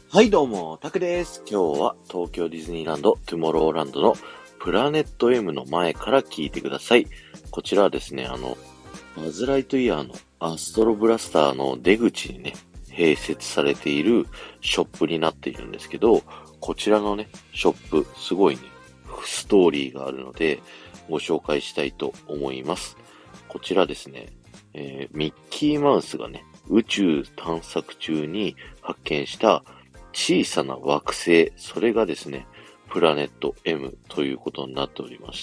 はいどうも、タクです。今日は東京ディズニーランド、トゥモローランドのプラネット M の前から聞いてください。こちらはですね、バズ・ライトイヤーのアストロブラスターの出口にね、併設されているショップになっているんですけど、こちらのね、ショップ、すごいね、ストーリーがあるので、ご紹介したいと思います。こちらですね、ミッキーマウスがね、宇宙探索中に発見した小さな惑星、それがですね、プラネット M ということになっておりまして、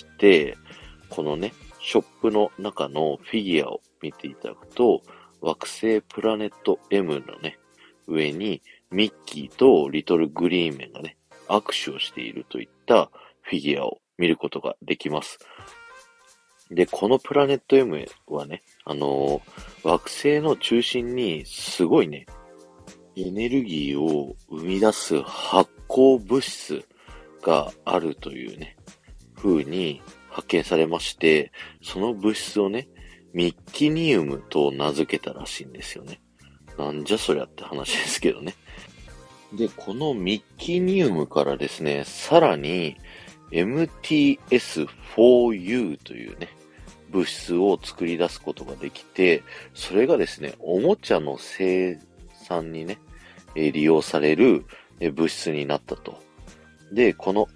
このね、ショップの中のフィギュアを見ていただくと、惑星プラネット M のね、上にミッキーとリトルグリーンメンがね、握手をしているといったフィギュアを見ることができます。で、このプラネット M はね、惑星の中心にすごいね、エネルギーを生み出す発光物質があるというね、風に発見されまして、その物質をね、ミッキニウムと名付けたらしいんですよね。なんじゃそりゃって話ですけどね。で、このミッキニウムからですね、さらに MTS4U というね、物質を作り出すことができて、それがですね、おもちゃの生産にね、利用される物質になったと。で、この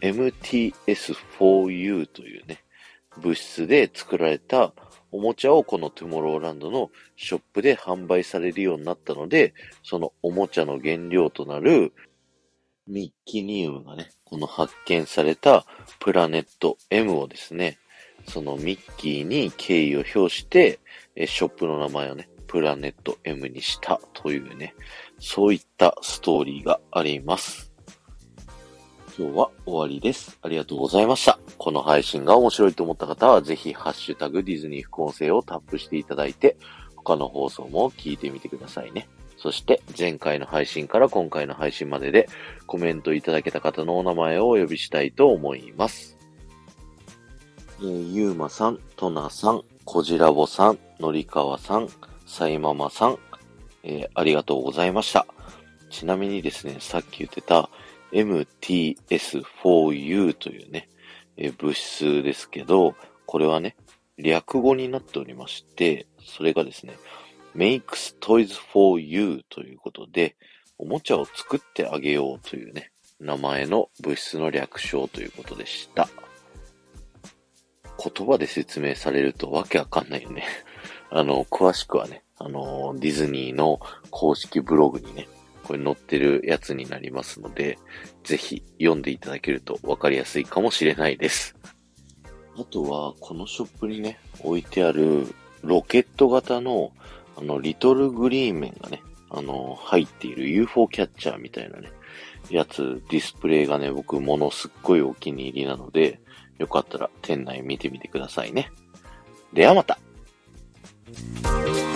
MTS4U というね、物質で作られたおもちゃをこのトゥモローランドのショップで販売されるようになったので、そのおもちゃの原料となるミッキニウムがね、この発見されたプラネット M をですね、そのミッキーに敬意を表して、ショップの名前をね、プラネット M にしたというね、そういったストーリーがあります。今日は終わりです。ありがとうございました。この配信が面白いと思った方は、ぜひハッシュタグディズニー副音声をタップしていただいて、他の放送も聞いてみてくださいね。そして前回の配信から今回の配信まででコメントいただけた方のお名前をお呼びしたいと思います。ゆうまさん、となさん、こじらぼさん、のりかわさん、さいままさん、ありがとうございました。ちなみにですね、さっき言ってた MTS4U というね、物質ですけど、これはね、略語になっておりまして、それがですね、makes toys for you ということで、おもちゃを作ってあげようというね、名前の物質の略称ということでした。言葉で説明されるとわけわかんないよね。詳しくはね、ディズニーの公式ブログにね、これ載ってるやつになりますので、ぜひ読んでいただけるとわかりやすいかもしれないです。あとは、このショップにね、置いてあるロケット型のリトルグリーンメンがね、入っている UFO キャッチャーみたいなね、やつ、ディスプレイがね、僕ものすっごいお気に入りなので、よかったら店内見てみてくださいね。ではまた。